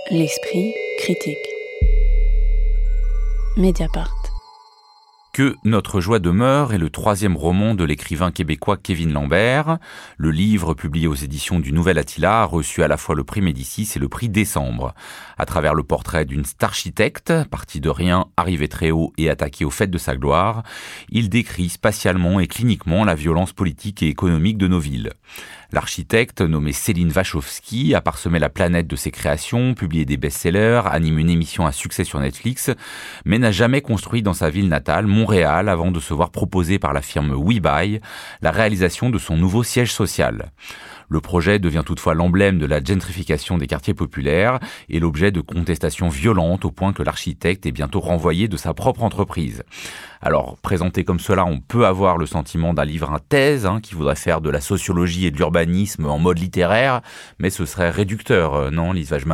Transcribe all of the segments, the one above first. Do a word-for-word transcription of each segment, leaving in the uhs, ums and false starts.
L'esprit critique. Mediapart. Que notre joie demeure est le troisième roman de l'écrivain québécois Kevin Lambert. Le livre, publié aux éditions du Nouvel Attila, a reçu à la fois le prix Médicis et le prix Décembre. À travers le portrait d'une starchitecte, partie de rien, arrivée très haut et attaquée au fait de sa gloire, il décrit spatialement et cliniquement la violence politique et économique de nos villes. L'architecte, nommée Céline Wachowski, a parsemé la planète de ses créations, publié des best-sellers, anime une émission à succès sur Netflix, mais n'a jamais construit dans sa ville natale, Montréal, avant de se voir proposer par la firme WeBuy la réalisation de son nouveau siège social. Le projet devient toutefois l'emblème de la gentrification des quartiers populaires et l'objet de contestations violentes au point que l'architecte est bientôt renvoyé de sa propre entreprise. Alors, présenté comme cela, on peut avoir le sentiment d'un livre à thèse hein, qui voudrait faire de la sociologie et de l'urbanisme en mode littéraire, mais ce serait réducteur, non, Lise Wajman ?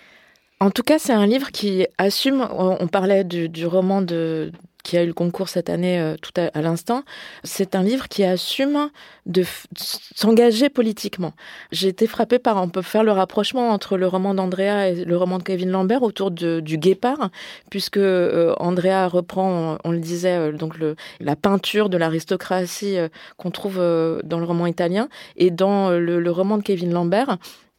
En tout cas, c'est un livre qui assume, on parlait du, du roman de... qui a eu le concours cette année euh, tout à, à l'instant, c'est un livre qui assume de f- s'engager politiquement. J'ai été frappée par, on peut faire le rapprochement entre le roman d'Andrea et le roman de Kevin Lambert autour de, du guépard, puisque euh, Andrea reprend, on, on le disait, euh, donc le, la peinture de l'aristocratie euh, qu'on trouve euh, dans le roman italien, et dans euh, le, le roman de Kevin Lambert,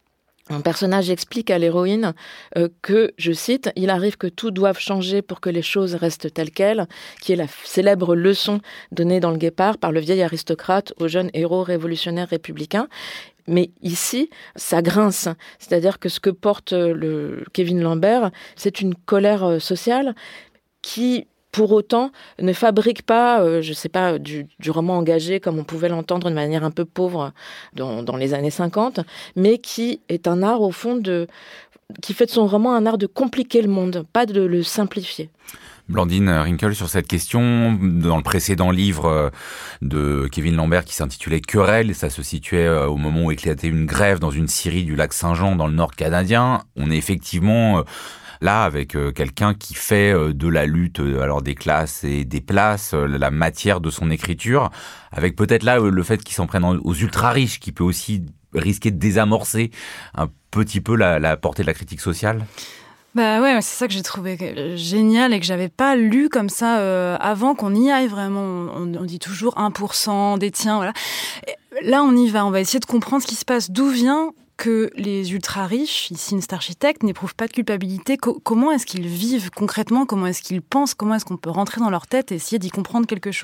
un personnage explique à l'héroïne euh, que, je cite, « Il arrive que tout doive changer pour que les choses restent telles quelles », qui est la f- célèbre leçon donnée dans Le Guépard par le vieil aristocrate au jeune héros révolutionnaire républicain. Mais ici, ça grince. C'est-à-dire que ce que porte le Kevin Lambert, c'est une colère sociale qui... pour autant, ne fabrique pas, euh, je sais pas, du, du roman engagé comme on pouvait l'entendre de manière un peu pauvre dans, dans les années cinquante, mais qui est un art, au fond, de, qui fait de son roman un art de compliquer le monde, pas de le simplifier. Blandine Rinkel, sur cette question, dans le précédent livre de Kevin Lambert qui s'intitulait Querelle, ça se situait au moment où éclatait une grève dans une scierie du lac Saint-Jean dans le nord canadien. On est effectivement... là, avec euh, quelqu'un qui fait euh, de la lutte euh, alors des classes et des places euh, la matière de son écriture, avec peut-être là euh, le fait qu'il s'en prenne aux ultra-riches, qui peut aussi risquer de désamorcer un petit peu la, la portée de la critique sociale. Bah ouais, c'est ça que j'ai trouvé génial et que j'avais pas lu comme ça euh, avant qu'on y aille vraiment. On, on dit toujours un pour cent détient, voilà. Et là, on y va, on va essayer de comprendre ce qui se passe, d'où vient que les ultra-riches, ici une starchitecte, n'éprouvent pas de culpabilité. Co- comment est-ce qu'ils vivent concrètement ? Comment est-ce qu'ils pensent ? Comment est-ce qu'on peut rentrer dans leur tête et essayer d'y comprendre quelque chose ?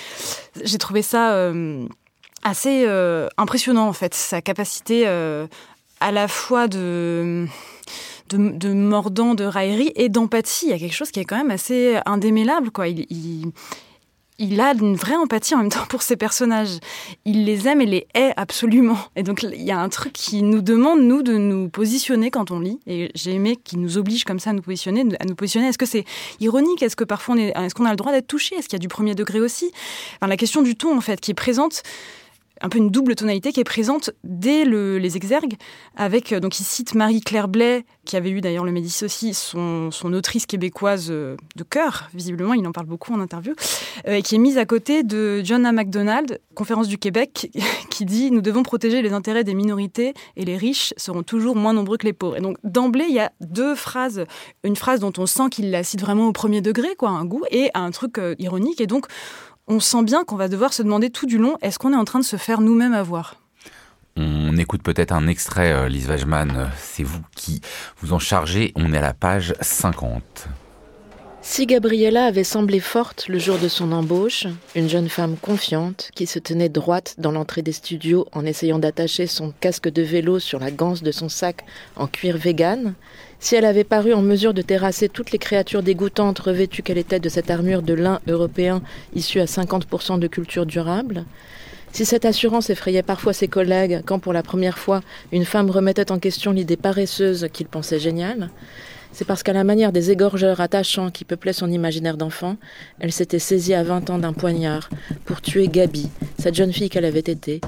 J'ai trouvé ça euh, assez euh, impressionnant, en fait, sa capacité euh, à la fois de... De, de mordant, de raillerie et d'empathie. Il y a quelque chose qui est quand même assez indémêlable, quoi. Il, il, il a une vraie empathie en même temps pour ses personnages. Il les aime et les hait absolument. Et donc, il y a un truc qui nous demande, nous, de nous positionner quand on lit. Et j'ai aimé qu'il nous oblige comme ça à nous positionner. À nous positionner. Est-ce que c'est ironique ? Est-ce que parfois, on est, est-ce qu'on a le droit d'être touché ? Est-ce qu'il y a du premier degré aussi ? Enfin, la question du ton, en fait, qui est présente... un peu une double tonalité qui est présente dès le, les exergues, avec, donc il cite Marie-Claire Blais, qui avait eu d'ailleurs le Médicis aussi, son, son autrice québécoise de cœur, visiblement, il en parle beaucoup en interview, euh, et qui est mise à côté de John A. Macdonald, Conférence du Québec, qui dit « Nous devons protéger les intérêts des minorités et les riches seront toujours moins nombreux que les pauvres ». Et donc, d'emblée, il y a deux phrases, une phrase dont on sent qu'il la cite vraiment au premier degré, quoi, un goût, et un truc euh, ironique, et donc on sent bien qu'on va devoir se demander tout du long, est-ce qu'on est en train de se faire nous-mêmes avoir ? On écoute peut-être un extrait, euh, Lise Wajman, c'est vous qui vous en chargez, on est à la page cinquante. Si Gabriella avait semblé forte le jour de son embauche, une jeune femme confiante qui se tenait droite dans l'entrée des studios en essayant d'attacher son casque de vélo sur la ganse de son sac en cuir vegan, si elle avait paru en mesure de terrasser toutes les créatures dégoûtantes revêtues qu'elle était de cette armure de lin européen issue à cinquante pour cent de culture durable, si cette assurance effrayait parfois ses collègues quand pour la première fois une femme remettait en question l'idée paresseuse qu'ils pensaient géniale, c'est parce qu'à la manière des égorgeurs attachants qui peuplaient son imaginaire d'enfant, elle s'était saisie à vingt ans d'un poignard pour tuer Gabi, cette jeune fille qu'elle avait été,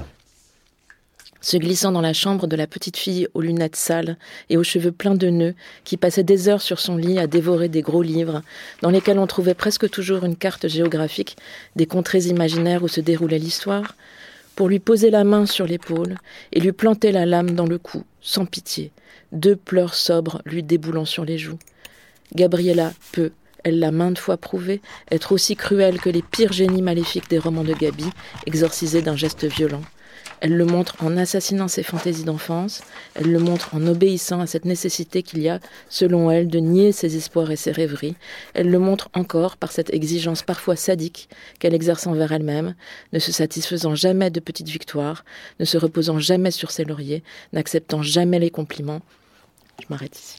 se glissant dans la chambre de la petite fille aux lunettes sales et aux cheveux pleins de nœuds, qui passait des heures sur son lit à dévorer des gros livres, dans lesquels on trouvait presque toujours une carte géographique des contrées imaginaires où se déroulait l'histoire, pour lui poser la main sur l'épaule et lui planter la lame dans le cou, sans pitié, deux pleurs sobres lui déboulant sur les joues. Gabriella peut, elle l'a maintes fois prouvé, être aussi cruelle que les pires génies maléfiques des romans de Gaby, exorcisés d'un geste violent. Elle le montre en assassinant ses fantaisies d'enfance, elle le montre en obéissant à cette nécessité qu'il y a, selon elle, de nier ses espoirs et ses rêveries. Elle le montre encore par cette exigence parfois sadique qu'elle exerce envers elle-même, ne se satisfaisant jamais de petites victoires, ne se reposant jamais sur ses lauriers, n'acceptant jamais les compliments. Je m'arrête ici.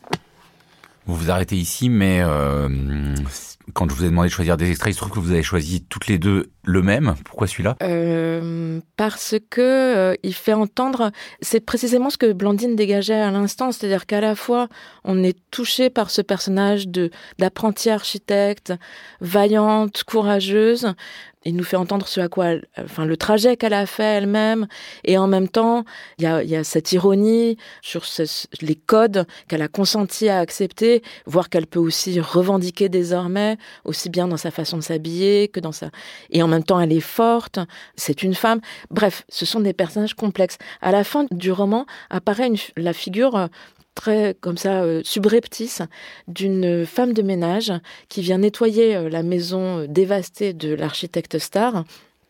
Vous vous arrêtez ici, mais euh, quand je vous ai demandé de choisir des extraits, il se trouve que vous avez choisi toutes les deux le même. Pourquoi celui-là ? euh, Parce que euh, il fait entendre, c'est précisément ce que Blandine dégageait à l'instant, c'est-à-dire qu'à la fois on est touché par ce personnage de d'apprentie architecte, vaillante, courageuse. Il nous fait entendre ce à quoi, elle, enfin le trajet qu'elle a fait elle-même, et en même temps, il y a, il y a cette ironie sur ce, les codes qu'elle a consenti à accepter, voire qu'elle peut aussi revendiquer désormais, aussi bien dans sa façon de s'habiller que dans sa, et en même temps elle est forte, c'est une femme. Bref, ce sont des personnages complexes. À la fin du roman apparaît une, la figure très comme ça euh, subreptice d'une femme de ménage qui vient nettoyer euh, la maison euh, dévastée de l'architecte star.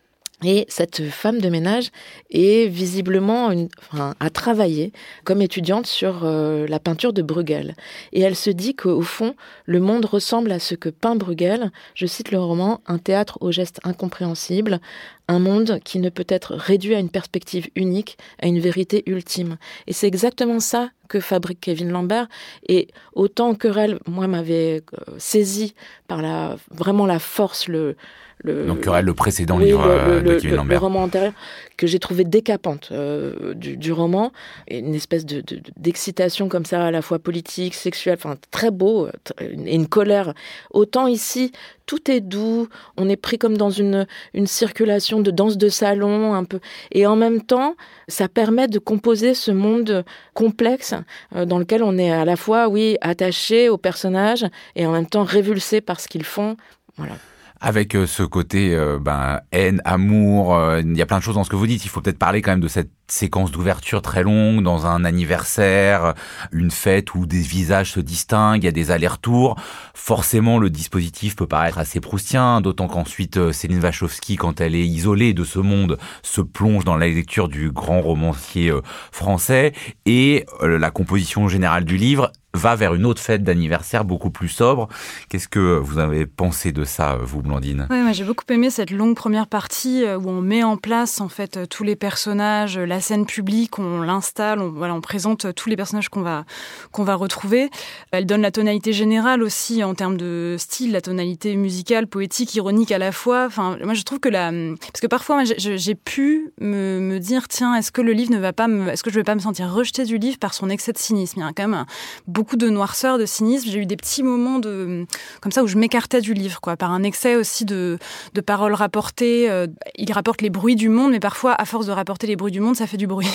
Et cette femme de ménage est visiblement une, enfin, a travaillé comme étudiante sur euh, la peinture de Bruegel. Et elle se dit qu'au fond, le monde ressemble à ce que peint Bruegel. Je cite le roman, un théâtre aux gestes incompréhensibles, un monde qui ne peut être réduit à une perspective unique, à une vérité ultime. Et c'est exactement ça que fabrique Kevin Lambert. Et autant Querelle, moi, m'avait euh, saisi par la, vraiment la force, le... Le, Donc Querelle, le précédent oui, livre le, le, de le, Kevin le, Lambert. Le roman antérieur, que j'ai trouvé décapante euh, du, du roman, et une espèce de, de, d'excitation comme ça, à la fois politique, sexuelle, enfin très beau, et une colère. Autant ici, tout est doux, on est pris comme dans une, une circulation de danse de salon, un peu, et en même temps, ça permet de composer ce monde complexe euh, dans lequel on est à la fois, oui, attaché aux personnages, et en même temps révulsé par ce qu'ils font. Voilà. Avec euh, ce côté euh, ben, haine, amour, euh, il y a plein de choses dans ce que vous dites. Il faut peut-être parler quand même de cette séquence d'ouverture très longue dans un anniversaire, une fête où des visages se distinguent, il y a des allers-retours. Forcément, le dispositif peut paraître assez proustien, d'autant qu'ensuite Céline Wachowski, quand elle est isolée de ce monde, se plonge dans la lecture du grand romancier euh, français, et euh, la composition générale du livre va vers une autre fête d'anniversaire beaucoup plus sobre. Qu'est-ce que vous avez pensé de ça, vous, Blandine ? Ouais, moi, j'ai beaucoup aimé cette longue première partie où on met en place en fait tous les personnages, la scène publique, on l'installe, on, voilà, on présente tous les personnages qu'on va qu'on va retrouver. Elle donne la tonalité générale aussi en termes de style, la tonalité musicale, poétique, ironique à la fois. Enfin, moi, je trouve que la, parce que parfois, moi, j'ai, j'ai pu me, me dire, tiens, est-ce que le livre ne va pas me, est-ce que je vais pas me sentir rejetée du livre par son excès de cynisme ? Il y a quand même un, beaucoup beaucoup de noirceur, de cynisme. J'ai eu des petits moments de comme ça où je m'écartais du livre, quoi, par un excès aussi de, de paroles rapportées. Euh, il rapporte les bruits du monde, mais parfois, à force de rapporter les bruits du monde, ça fait du bruit.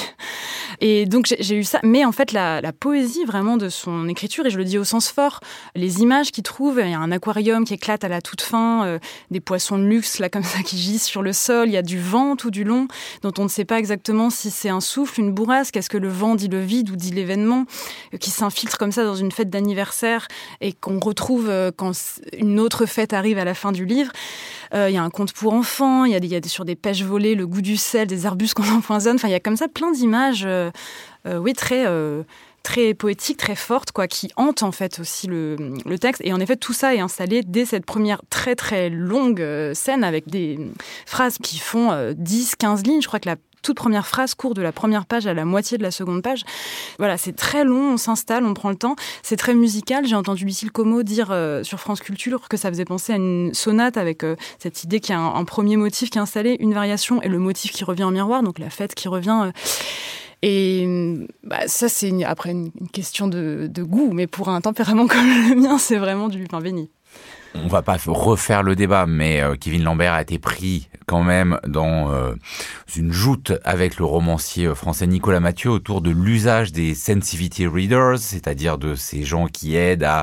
Et donc, j'ai, j'ai eu ça. Mais en fait, la, la poésie vraiment de son écriture, et je le dis au sens fort, les images qu'il trouve, il y a un aquarium qui éclate à la toute fin, euh, des poissons de luxe, là, comme ça, qui gisent sur le sol. Il y a du vent tout du long, dont on ne sait pas exactement si c'est un souffle, une bourrasque, est-ce que le vent dit le vide ou dit l'événement, euh, qui s'infiltre comme ça dans une fête d'anniversaire et qu'on retrouve euh, quand une autre fête arrive à la fin du livre. Euh, il y a un conte pour enfants, il y a, des, il y a des, sur des pêches volées, le goût du sel, des arbustes qu'on empoisonne. Enfin, il y a comme ça plein d'images, euh, euh, oui, très... Euh, très poétique, très forte, quoi, qui hante en fait aussi le, le texte. Et en effet, tout ça est installé dès cette première très très longue euh, scène avec des phrases qui font euh, dix, quinze lignes. Je crois que la toute première phrase court de la première page à la moitié de la seconde page. Voilà, c'est très long, on s'installe, on prend le temps. C'est très musical. J'ai entendu Lucille Como dire euh, sur France Culture que ça faisait penser à une sonate avec euh, cette idée qu'il y a un, un premier motif qui est installé, une variation et le motif qui revient en miroir, donc la fête qui revient... Euh, Et bah, ça, c'est une, après une, une question de, de goût, mais pour un tempérament comme le mien, c'est vraiment du pain béni. On va pas refaire le débat, mais euh, Kevin Lambert a été pris quand même dans euh, une joute avec le romancier français Nicolas Mathieu autour de l'usage des sensitivity readers, c'est-à-dire de ces gens qui aident à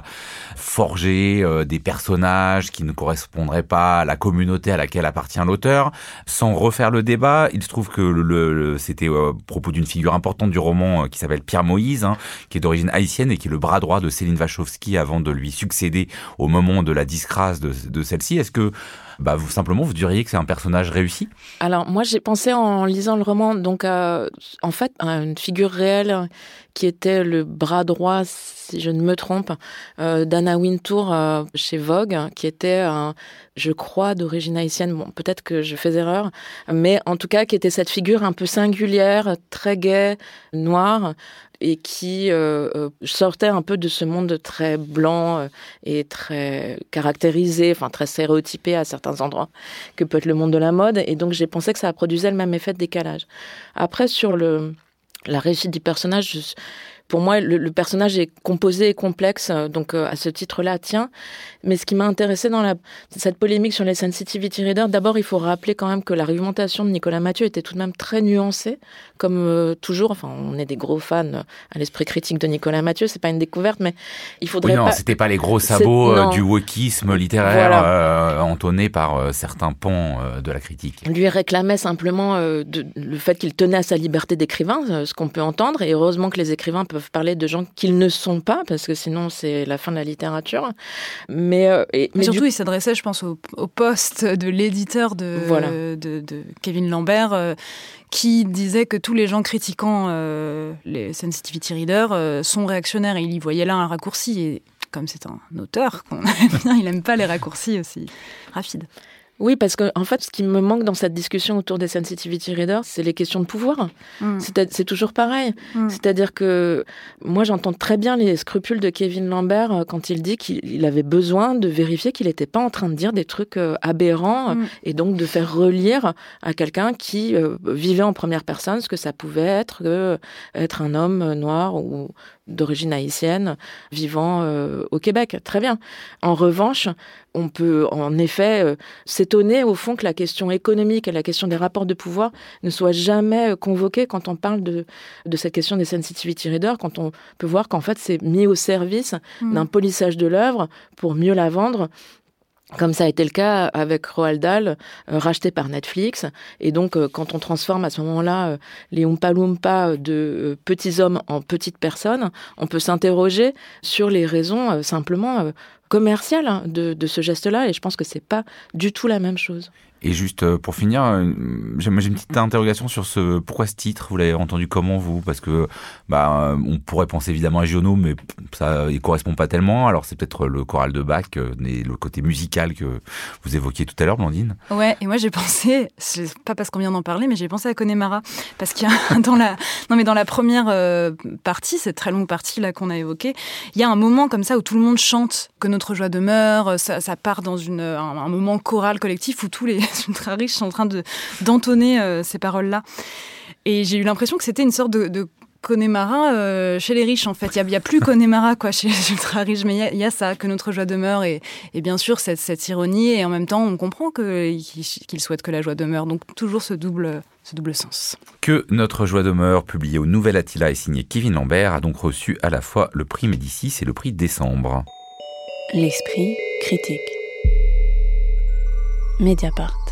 forger euh, des personnages qui ne correspondraient pas à la communauté à laquelle appartient l'auteur. Sans refaire le débat, il se trouve que le, le, c'était euh, à propos d'une figure importante du roman euh, qui s'appelle Pierre Moïse, hein, qui est d'origine haïtienne et qui est le bras droit de Céline Wachowski avant de lui succéder au moment de la disgrâce de, de celle-ci. Est-ce que bah, vous, simplement, vous diriez que c'est un personnage réussi ? Alors, moi, j'ai pensé en lisant le roman, donc, à, en fait, à une figure réelle qui était le bras droit, si je ne me trompe, euh, d'Anna Wintour euh, chez Vogue, qui était, euh, je crois, d'origine haïtienne. Bon, peut-être que je fais erreur, mais en tout cas, qui était cette figure un peu singulière, très gaie, noire, et qui euh, euh, sortait un peu de ce monde très blanc euh, et très caractérisé, enfin très stéréotypé à certains endroits, que peut être le monde de la mode. Et donc, j'ai pensé que ça produisait le même effet de décalage. Après, sur le, la réussite du personnage, je, pour moi, le, le personnage est composé et complexe, donc euh, à ce titre-là, tiens. Mais ce qui m'a intéressé dans la, cette polémique sur les sensitivity readers, d'abord, il faut rappeler quand même que l'argumentation de Nicolas Mathieu était tout de même très nuancée, comme euh, toujours. Enfin, on est des gros fans à l'esprit critique de Nicolas Mathieu, c'est pas une découverte, mais il faudrait oui, non, pas... c'était pas les gros sabots euh, du wokisme littéraire voilà. euh, entonnés par euh, certains pans euh, de la critique. Lui réclamait simplement euh, de, le fait qu'il tenait à sa liberté d'écrivain, euh, ce qu'on peut entendre, et heureusement que les écrivains peuvent peuvent parler de gens qu'ils ne sont pas, parce que sinon c'est la fin de la littérature. Mais, euh, et, mais, mais surtout, du... il s'adressait, je pense, au, au poste de l'éditeur de, voilà. de, de Kevin Lambert, euh, qui disait que tous les gens critiquant euh, les sensitivity readers euh, sont réactionnaires. Et il y voyait là un raccourci. Et comme c'est un auteur qu'on aime bien, il n'aime pas les raccourcis aussi rapides. Oui, parce que en fait, ce qui me manque dans cette discussion autour des sensitivity readers, c'est les questions de pouvoir. Mm. C'est, c'est toujours pareil. Mm. C'est-à-dire que moi, j'entends très bien les scrupules de Kevin Lambert quand il dit qu'il avait besoin de vérifier qu'il n'était pas en train de dire des trucs aberrants mm. et donc de faire relire à quelqu'un qui euh, vivait en première personne ce que ça pouvait être euh, être un homme noir ou d'origine haïtienne vivant euh, au Québec. Très bien. En revanche, on peut en effet euh, s'étonner au fond que la question économique et la question des rapports de pouvoir ne soient jamais euh, convoquées quand on parle de, de cette question des sensitivity readers, quand on peut voir qu'en fait c'est mis au service mmh. d'un polissage de l'œuvre pour mieux la vendre, comme ça a été le cas avec Roald Dahl, euh, racheté par Netflix. Et donc, euh, quand on transforme à ce moment-là euh, les Oompa Loompa de euh, petits hommes en petites personnes, on peut s'interroger sur les raisons euh, simplement euh, commerciales hein, de, de ce geste-là. Et je pense que c'est pas du tout la même chose. Et juste pour finir, j'ai une petite interrogation sur ce pourquoi ce titre. Vous l'avez entendu comment vous ? Parce que bah on pourrait penser évidemment à Giono, mais ça il correspond pas tellement. Alors c'est peut-être le choral de Bach, et le côté musical que vous évoquiez tout à l'heure, Blandine. Ouais, et moi j'ai pensé, c'est pas parce qu'on vient d'en parler, mais j'ai pensé à Connemara parce qu'il y a dans la non mais dans la première euh, partie, cette très longue partie là qu'on a évoquée, il y a un moment comme ça où tout le monde chante que notre joie demeure. Ça, ça part dans une un, un moment choral collectif où tous les ultra riches sont en train de, d'entonner euh, ces paroles-là. Et j'ai eu l'impression que c'était une sorte de, de Connemara euh, chez les riches, en fait. Il n'y a, a plus Connemara quoi, chez les ultra riches, mais il y a, il y a ça, que notre joie demeure. Et, et bien sûr, cette, cette ironie. Et en même temps, on comprend que, qu'il souhaite que la joie demeure. Donc, toujours ce double, ce double sens. Que notre joie demeure, publié au Nouvel Attila et signé Kevin Lambert, a donc reçu à la fois le prix Médicis et le prix Décembre. L'esprit critique. Mediapart.